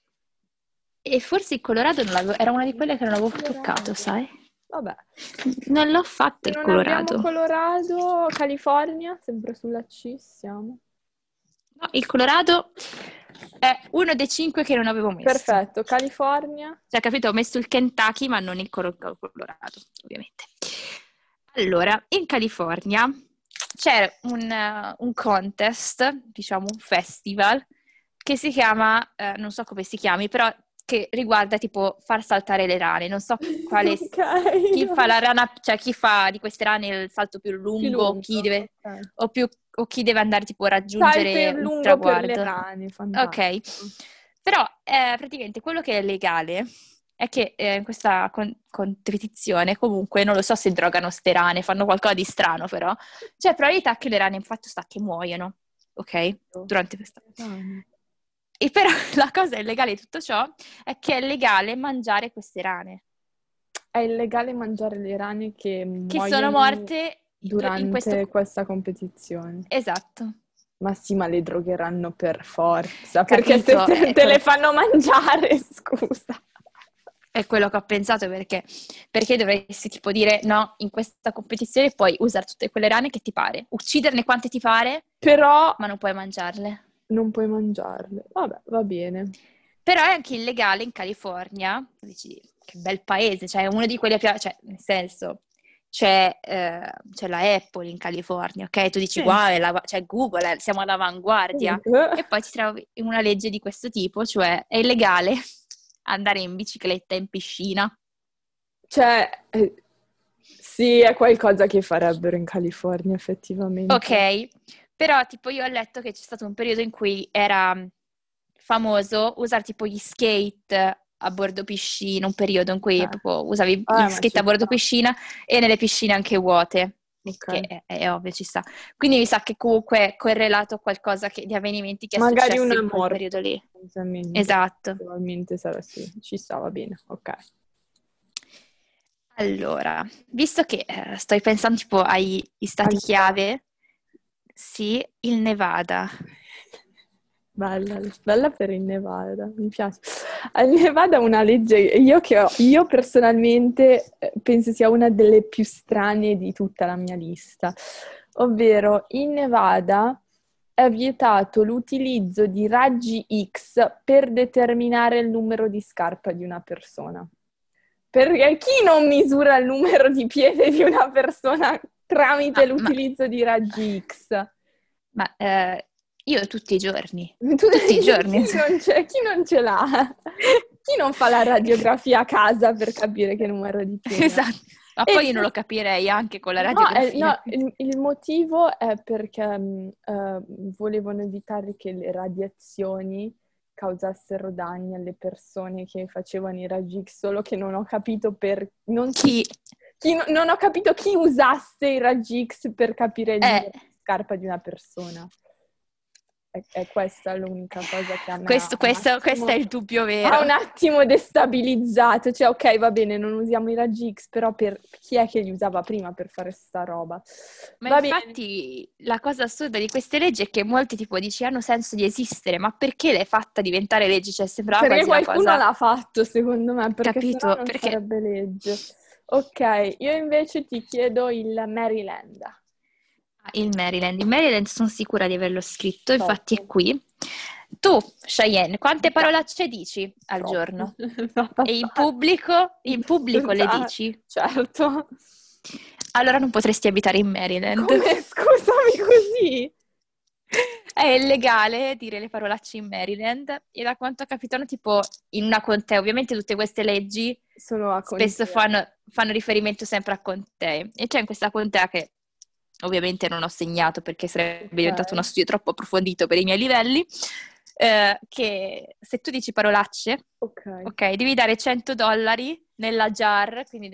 e forse il Colorado era una di quelle che non avevo toccato, Colorado. sai? Vabbè, Non l'ho fatto se il non abbiamo Colorado. Colorado, California, sempre sulla C siamo. No, il Colorado è uno dei 5 che non avevo messo. Perfetto, California. Cioè, capito? Ho messo il Kentucky, ma non il Colorado, ovviamente. Allora, in California c'era un contest, diciamo un festival, che si chiama, non so come si chiami, però che riguarda tipo far saltare le rane. Non so Ok, chi fa la rana, cioè chi fa di queste rane il salto più più lungo, lungo, ok. o chi deve andare tipo a Salto raggiungere un lungo per le traguardo. rane, Ok, fantastico. però praticamente quello che è legale è che in questa competizione comunque non lo so se drogano ste rane, fanno qualcosa di strano però, c'è probabilità che le rane infatti sta che muoiono, ok? Durante questa... Rane. E però la cosa illegale di tutto ciò è che è legale mangiare queste rane, È illegale mangiare le rane che che sono muoiono morte in questo... durante questa competizione. Esatto, Ma sì, ma le drogheranno per forza, perché se capito? te le fanno mangiare, scusa. È quello che ho pensato perché dovresti tipo dire no, in questa competizione puoi usare tutte quelle rane che ti pare, ucciderne quante ti pare, Però ma non puoi mangiarle. non puoi mangiarle. Vabbè, va bene. Però è anche illegale in California. Dici, che bel paese, cioè uno di quelli cioè, nel senso, c'è la Apple in California, ok? Tu dici, Sì. wow, c'è Google, siamo all'avanguardia. E poi ti trovi una legge di questo tipo, cioè è illegale andare in bicicletta in piscina. Cioè, sì, è qualcosa che farebbero in California, effettivamente. Ok, però tipo io ho letto che c'è stato un periodo in cui era famoso usare tipo gli skate a bordo piscina, un periodo in cui proprio usavi gli Ma skate ci a bordo sta. piscina e nelle piscine anche vuote, che Ok. è ovvio, ci sta. Quindi mi sa che comunque è correlato a qualcosa di avvenimenti che è Magari successo uno è in quel periodo morto, lì. sostanzialmente. Esatto. Probabilmente sarà sì. Ci sta, va bene. Ok. Allora, visto che sto pensando tipo agli stati Allora, chiave, sì, il Nevada. bella, bella per il Nevada, mi piace. Il Nevada è una legge io personalmente penso sia una delle più strane di tutta la mia lista, ovvero in Nevada è vietato l'utilizzo di raggi X per determinare il numero di scarpa di una persona. Perché chi non misura il numero di piede di una persona tramite Ah, ma, l'utilizzo di raggi X? ma io tutti i giorni, Tu- tutti i giorni. chi non ce l'ha? Chi non fa la radiografia a casa per capire che numero di piede ha? Esatto, ma E poi io non lo capirei anche con la no, radiografia. no, il motivo è perché volevano evitare che le radiazioni causassero danni alle persone che facevano i raggi X, solo che non ho capito Chi non ho capito chi usasse i raggi X per capire il è... numero di scarpa di una persona. È questa l'unica cosa che a me Questo è il dubbio ha vero. un attimo destabilizzato. Cioè, ok, va bene, non usiamo i raggi X, però per chi è che li usava prima per fare sta roba? Ma Va bene. infatti la cosa assurda di queste leggi è che molti tipo dici hanno senso di esistere, ma perché l'hai fatta diventare legge? Cioè sembrava Perché quasi una qualcuno cosa, l'ha fatto, secondo me, perché sennò capito? non Perché sarebbe legge. Ok, io invece ti chiedo il Maryland. Il Maryland sono sicura di averlo scritto, Top. infatti è qui. Tu, Cheyenne, quante Già, parolacce dici al troppo. giorno? Va E in passato. pubblico le Già, dici? certo. Allora non potresti abitare in Maryland. Come, scusami così? È illegale dire le parolacce in Maryland e da quanto ho capito hanno tipo in una contea, ovviamente tutte queste leggi Sono a spesso contea. fanno riferimento sempre a contee e c'è in questa contea che ovviamente non ho segnato perché sarebbe diventato uno Ok, studio troppo approfondito per i miei livelli, che se tu dici parolacce, ok. ok, devi dare $100 nella jar, quindi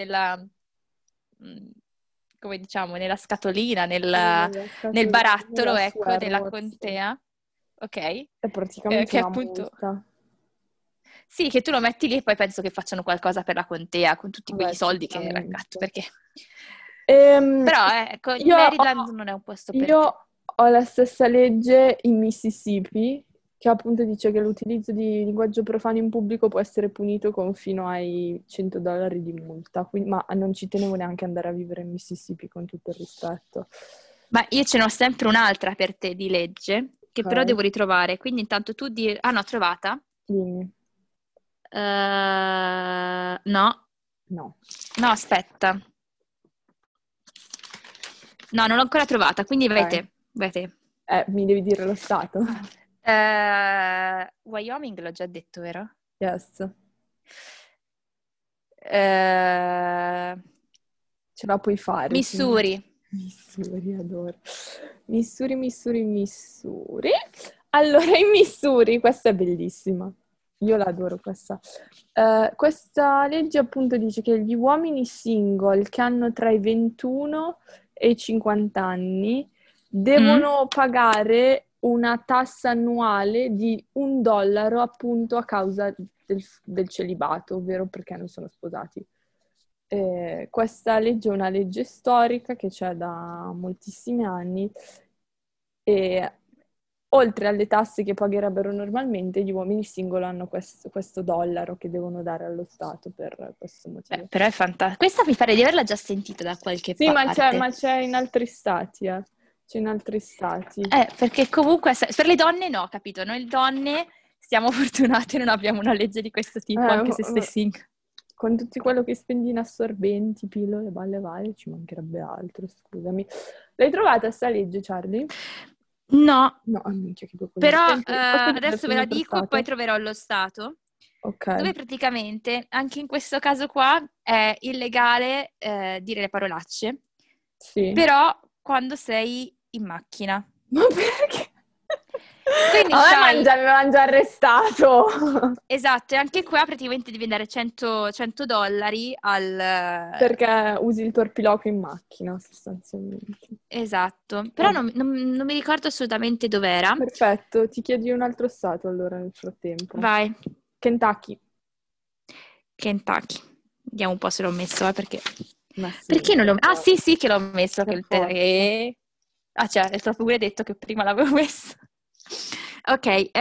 mm, come diciamo, nella scatolina, Nella nel scatolina, barattolo, nella ecco, della Swareworks. contea, ok? È praticamente Che una appunto, multa. sì, che tu lo metti lì e poi penso che facciano qualcosa per la contea con tutti quegli Vabbè, soldi che raccatto, certamente. perché... Ehm, Però, ecco, il io Maryland non è un posto per te. io ho la stessa legge in Mississippi, che appunto dice che l'utilizzo di linguaggio profano in pubblico può essere punito con fino ai $100 di multa. Ma non ci tenevo neanche andare a vivere in Mississippi, con tutto il rispetto. Ma io ce n'ho sempre un'altra per te di legge, che però Ok, devo ritrovare. Quindi intanto tu di... Ah no, trovata? dimmi. No, No. no, aspetta. No, non l'ho ancora trovata, quindi vai Ok. te, vai te. Mi devi dire lo stato. Wyoming l'ho già detto, vero? Yes. Eh, Ce la puoi fare, signora. Missouri. Missouri, adoro. Missouri, Missouri, Missouri. Allora, in Missouri, questa è bellissima. Io l'adoro questa. Questa legge appunto dice che gli uomini single che hanno tra i 21 e i 50 anni Mm? devono pagare una tassa annuale di $1 appunto a causa del celibato, ovvero perché non sono sposati. Questa legge è una legge storica che c'è da moltissimi anni e oltre alle tasse che pagherebbero normalmente, gli uomini singoli hanno questo dollaro che devono dare allo Stato per questo motivo. Però è fantastico. Questa mi pare di averla già sentita da qualche Sì, parte. ma c'è in altri stati, eh. C'è in altri stati. Perché comunque per le donne no, capito? Noi donne siamo fortunate, non abbiamo una legge di questo tipo, anche se stessi con tutto quello che spendi in assorbenti, pillole, balle varie, ci mancherebbe altro, scusami. L'hai trovata sta legge, Charlie? No. No, minchia, che così. Però Senti, posso adesso ve chiederti la un altro dico e stato? poi troverò lo stato, Ok. dove praticamente, anche in questo caso qua, è illegale dire le parolacce, Sì. però quando sei in macchina. Ma perché? Quindi A me c'hai... mi avevano già arrestato. Esatto, e anche qua praticamente devi dare $100 al... Perché usi il torpiloquio in macchina, sostanzialmente. Esatto, però Vabbè. non mi ricordo assolutamente dov'era. Perfetto, ti chiedi un altro stato allora nel frattempo. Vai, Kentucky. Kentucky. Vediamo un po' se l'ho messo, perché... Ma sì, Perché non l'ho messo? Ah, forza. sì, che l'ho messo. Per forza. Ah, cioè, è troppo pure detto che prima l'avevo messo. Ok,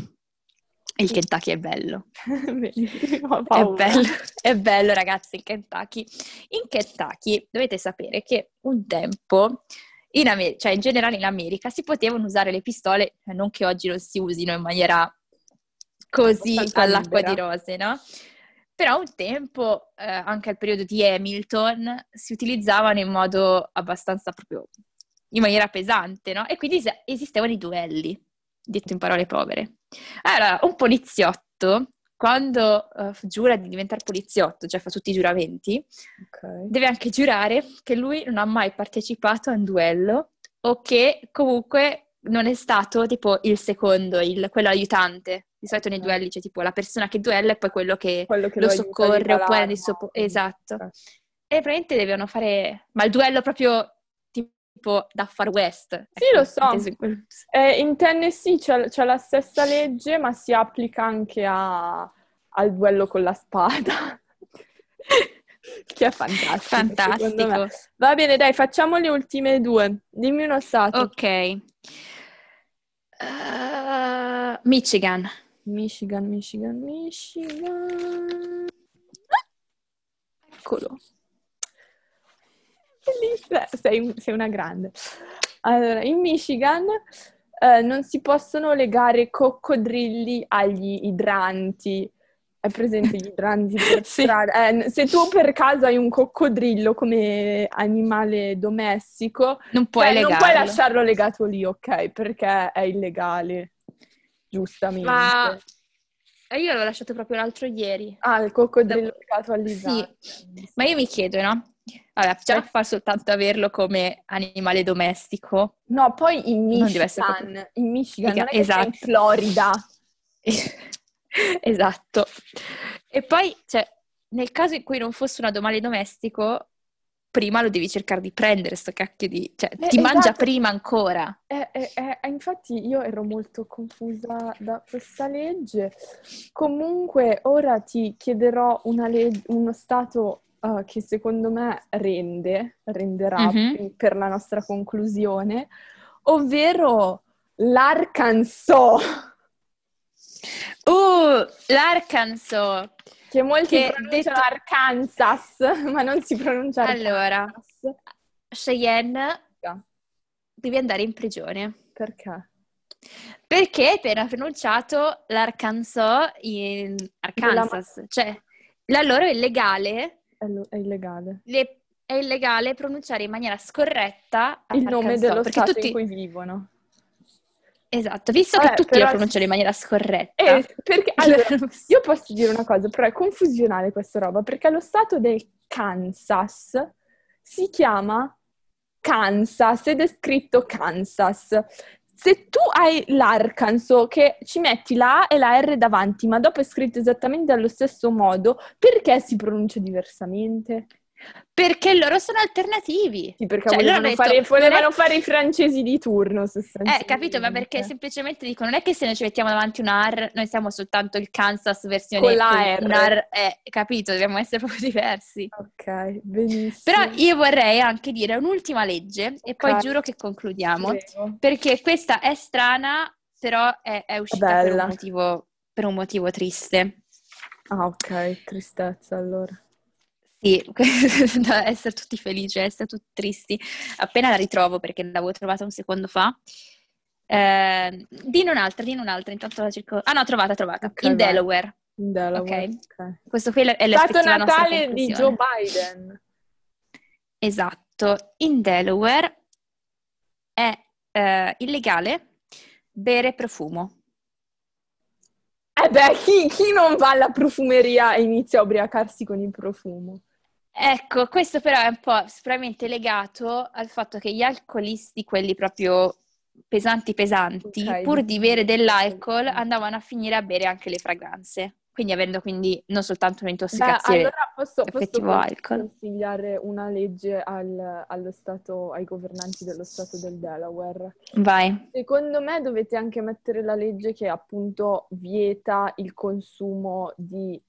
il Kentucky è bello. Vedi, ho È paura. bello ragazzi il Kentucky. In Kentucky dovete sapere che un tempo, cioè in generale in America, si potevano usare le pistole, non che oggi non si usino in maniera così Abbastanza all'acqua di libera. rose, no? Però un tempo, anche al periodo di Hamilton, si utilizzavano in modo abbastanza proprio, in maniera pesante, no? E quindi esistevano i duelli, detto in parole povere. Allora, un poliziotto, quando giura di diventare poliziotto, cioè fa tutti i giuramenti, Ok. deve anche giurare che lui non ha mai partecipato a un duello o che comunque non è stato tipo il secondo, quello aiutante. Di solito nei duelli c'è tipo la persona che duella e poi quello che Quello che lo lo aiuta a soccorre oppure l'arma. esatto. Ok. E praticamente devono fare... Ma il duello proprio tipo da Far West. Sì, Ecco, lo so. inteso in In Tennessee c'è la stessa legge, ma si applica anche al duello con la spada. Che è fantastico, secondo me. Fantastico. Va bene, dai, facciamo le ultime due. Dimmi uno stato. Ok. Michigan. Michigan, Michigan, Michigan. Eccolo. Bellissima. Sei una grande. Allora, in Michigan non si possono legare coccodrilli agli idranti. Hai presente gli idranti per Sì. strada? Se tu per caso hai un coccodrillo come animale domestico, Non puoi non puoi legarlo. lasciarlo legato lì, ok? Perché è illegale, giustamente. Ma io l'ho lasciato proprio l'altro ieri. Ah, il coccodrillo legato Sì, all'idrante. ma io mi chiedo, no? Allora, già fa soltanto averlo come animale domestico. No, poi Non deve essere proprio... In Michigan, non è che sei in Esatto. Florida. Esatto. E poi, cioè, nel caso in cui non fosse un animale domestico, prima lo devi cercare di prendere, sto cacchio di... Cioè, ti mangia Esatto. prima ancora. Infatti io ero molto confusa da questa legge. Comunque ora ti chiederò uno stato che secondo me renderà Mhm. per la nostra conclusione, ovvero l'Arkansas, L'Arkansas, che molti che pronunciano detto... Arkansas, ma non si pronuncia Allora, Arkansas. Cheyenne, devi andare in prigione. Perché? Perché appena pronunciato l'Arkansas in Arkansas, cioè la loro è illegale, È illegale. è illegale pronunciare in maniera scorretta Il nome Arkansas, dello perché stato in tutti, cui vivono. esatto, visto che tutti lo Però pronunciano in maniera scorretta, perché allora io posso dire una cosa, però è confusionale questa roba, perché lo stato del Kansas si chiama Kansas ed è scritto Kansas. Se tu hai l'Arkansas che ci metti la A e la R davanti, ma dopo è scritto esattamente allo stesso modo, perché si pronuncia diversamente? perché loro sono alternativi. Sì, perché Cioè loro hanno detto, non è... volevano fare i francesi di turno, Capito, ma perché sostanzialmente. semplicemente dicono, non è che se noi ci mettiamo davanti una R, noi siamo soltanto il Kansas Con versione la con R. una R, capito, dobbiamo essere proprio diversi. Ok, Però benissimo. io vorrei anche dire un'ultima legge e Ok, poi giuro che concludiamo, prego. perché questa è strana, però è uscita bella. per un motivo triste. Ah, ok, tristezza allora. Sì, da essere tutti felici, essere tutti tristi. Appena la ritrovo, perché l'avevo trovata un secondo fa. Dino un'altra, intanto la cerco. Ah no, trovata. Ok, In vai. Delaware. In Delaware, Ok? ok. Questo qui è Stato l'effettiva nostra natale di Joe conclusione. Biden. Esatto. In Delaware è illegale bere profumo. Eh beh, chi non va alla profumeria e inizia a ubriacarsi con il profumo? Ecco, questo però è un po' sicuramente legato al fatto che gli alcolisti, quelli proprio pesanti, Ok, pur di bere dell'alcol, alcolisti. andavano a finire a bere anche le fragranze. Quindi avendo quindi non soltanto Beh, un'intossicazione allora posso effettivo alcol. consigliare una legge allo stato, ai governanti dello stato del Delaware. Vai. Secondo me dovete anche mettere la legge che appunto vieta il consumo di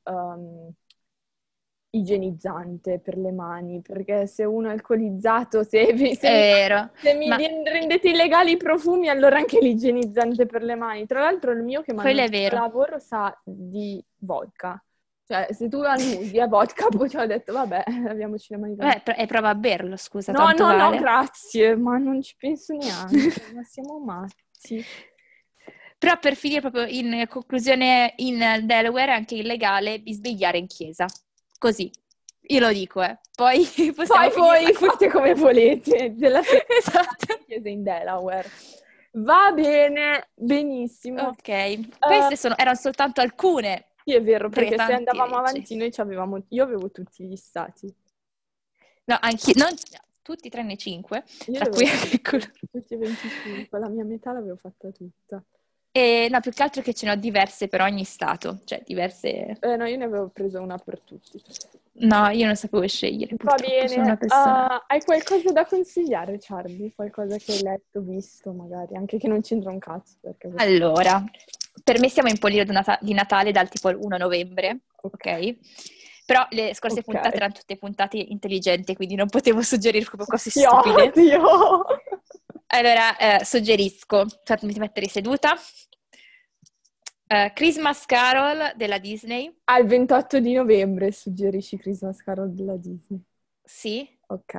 igienizzante per le mani, perché se uno è alcolizzato, È vero, se mi ma rendete illegali i profumi, allora anche l'igienizzante per le mani. Tra l'altro il mio che mi hanno quello è dato vero. lavoro sa di vodka. Cioè, se tu annusi è vodka, poi ci ho detto, vabbè, laviamoci le mani. E prova a berlo, scusa, No, tanto no, no, vale. grazie, ma non ci penso neanche, ma siamo matti. Però per finire proprio in conclusione, in Delaware è anche illegale bisbigliare in chiesa. Così, io lo dico, eh. Poi possiamo Poi finirla voi qui. fate come volete, della Esatto. chiesa in Delaware. Va bene, benissimo. Ok, Eh, erano soltanto alcune sì, è vero, tra le perché se tanti andavamo leggi. avanti io avevo tutti gli stati. No, anche non tutti tranne 5, Io li tra cui avevo anche quello. tutti e 25, la mia metà l'avevo fatta tutta. E no, più che altro che ce ne ho diverse per ogni stato, cioè diverse. No, io ne avevo preso una per tutti. No, io non sapevo scegliere, Va purtroppo, sono una bene. persona. Hai qualcosa da consigliare, Charlie? Qualcosa che hai letto, visto, magari, anche che non c'entra un cazzo, perché Allora, per me siamo in periodo di Natale dal tipo il 1 novembre, ok. ok? Però le scorse Ok. puntate erano tutte puntate intelligenti, quindi non potevo suggerire proprio cose Ti stupide. odio! Allora, suggerisco, fatemi mettere seduta, Christmas Carol della Disney, Al 28 di novembre suggerisci Christmas Carol della Disney. sì. Ok.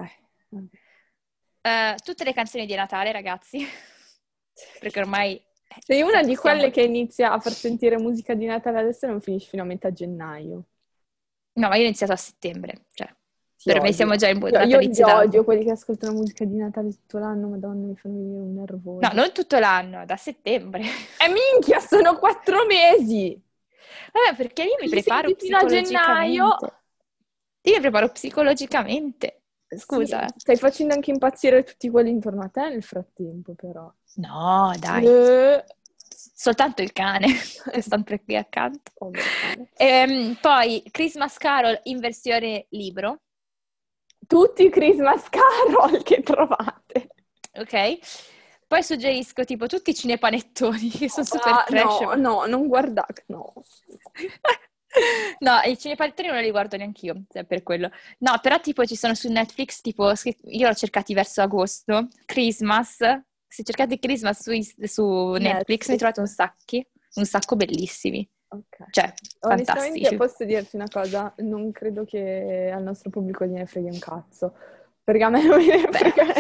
Tutte le canzoni di Natale, ragazzi, perché ormai Sei una di siamo. quelle che inizia a far sentire musica di Natale adesso e non finisci fino a metà gennaio. No, ma io ho iniziato a settembre, cioè Ti per me odio. siamo già in Io li natalizio da. odio, quelli che ascoltano musica di Natale tutto l'anno, madonna, mi fanno venire un No, nervoso. non tutto l'anno, da settembre. E minchia, sono 4 mesi! Vabbè, perché io mi Li preparo senti fino a gennaio? psicologicamente. Io mi preparo psicologicamente. Sì, Scusa. stai facendo anche impazzire tutti quelli intorno a te nel frattempo, però. No, dai. Eh, Soltanto il cane è sempre qui accanto. povero cane. Poi Christmas Carol in versione libro, Tutti i Christmas Carol che trovate. ok? Poi suggerisco tipo tutti i cinepanettoni che sono super Ah, trash, no, ma. no, non guardate, no. No, i cinepanettoni non li guardo neanch'io, se è per quello. No, però tipo ci sono su Netflix, tipo, io l'ho cercati verso agosto, Christmas. Se cercate Christmas su Netflix ne Netflix. trovate un sacco bellissimi. Ok. Cioè, Onestamente fantastici. posso dirti una cosa, non credo che al nostro pubblico gliene freghi un cazzo, perché a me non me ne Beh. frega.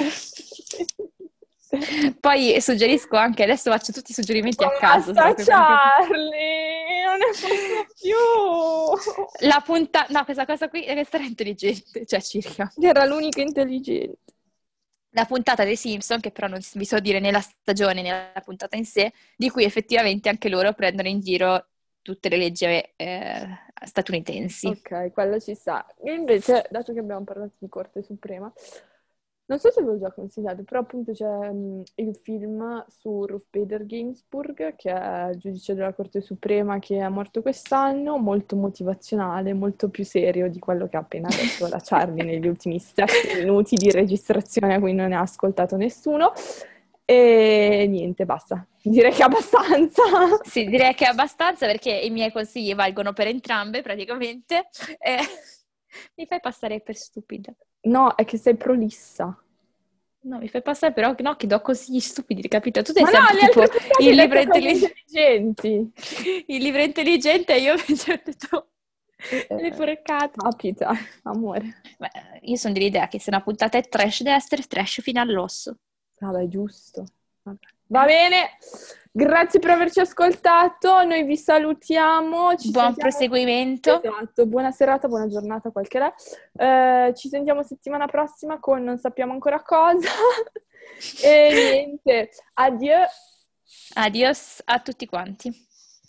Poi suggerisco anche, adesso faccio tutti i suggerimenti a caso Basta proprio perché. Charlie, non ne posso più. La punta. No, questa cosa qui deve stare intelligente, cioè circa. Era l'unico intelligente. La puntata dei Simpson, che però non vi so dire né la stagione né la puntata in sé, di cui effettivamente anche loro prendono in giro tutte le leggi statunitensi. Ok, quello ci sta. Io invece, dato che abbiamo parlato di Corte Suprema, non so se ve l'ho già consigliato, però appunto c'è il film su Ruth Bader Ginsburg, che è giudice della Corte Suprema che è morto quest'anno, molto motivazionale, molto più serio di quello che ha appena detto la Charlie negli ultimi 7 minuti di registrazione a cui non ne ha ascoltato nessuno. E niente, basta. Direi che è abbastanza. Sì, direi che è abbastanza perché i miei consigli valgono per entrambe praticamente. E mi fai passare per stupida. No, è che sei prolissa. No, mi fai passare però no, che do consigli stupidi, capito? Tu sei Ma no, sempre le tipo altre puntate il hai libro detto cose intelligente. intelligenti. Il libro intelligente e io invece ho detto le porcate. Capita, amore. Beh, io sono dell'idea che se una puntata è trash deve essere trash fino all'osso. Vabbè, giusto. Vabbè. Va bene, grazie per averci ascoltato, noi vi salutiamo, ci Buon sentiamo... proseguimento. Esatto, buona serata, buona giornata, quel che è. Ci sentiamo settimana prossima con non sappiamo ancora cosa. E niente, addio. Adios a tutti quanti.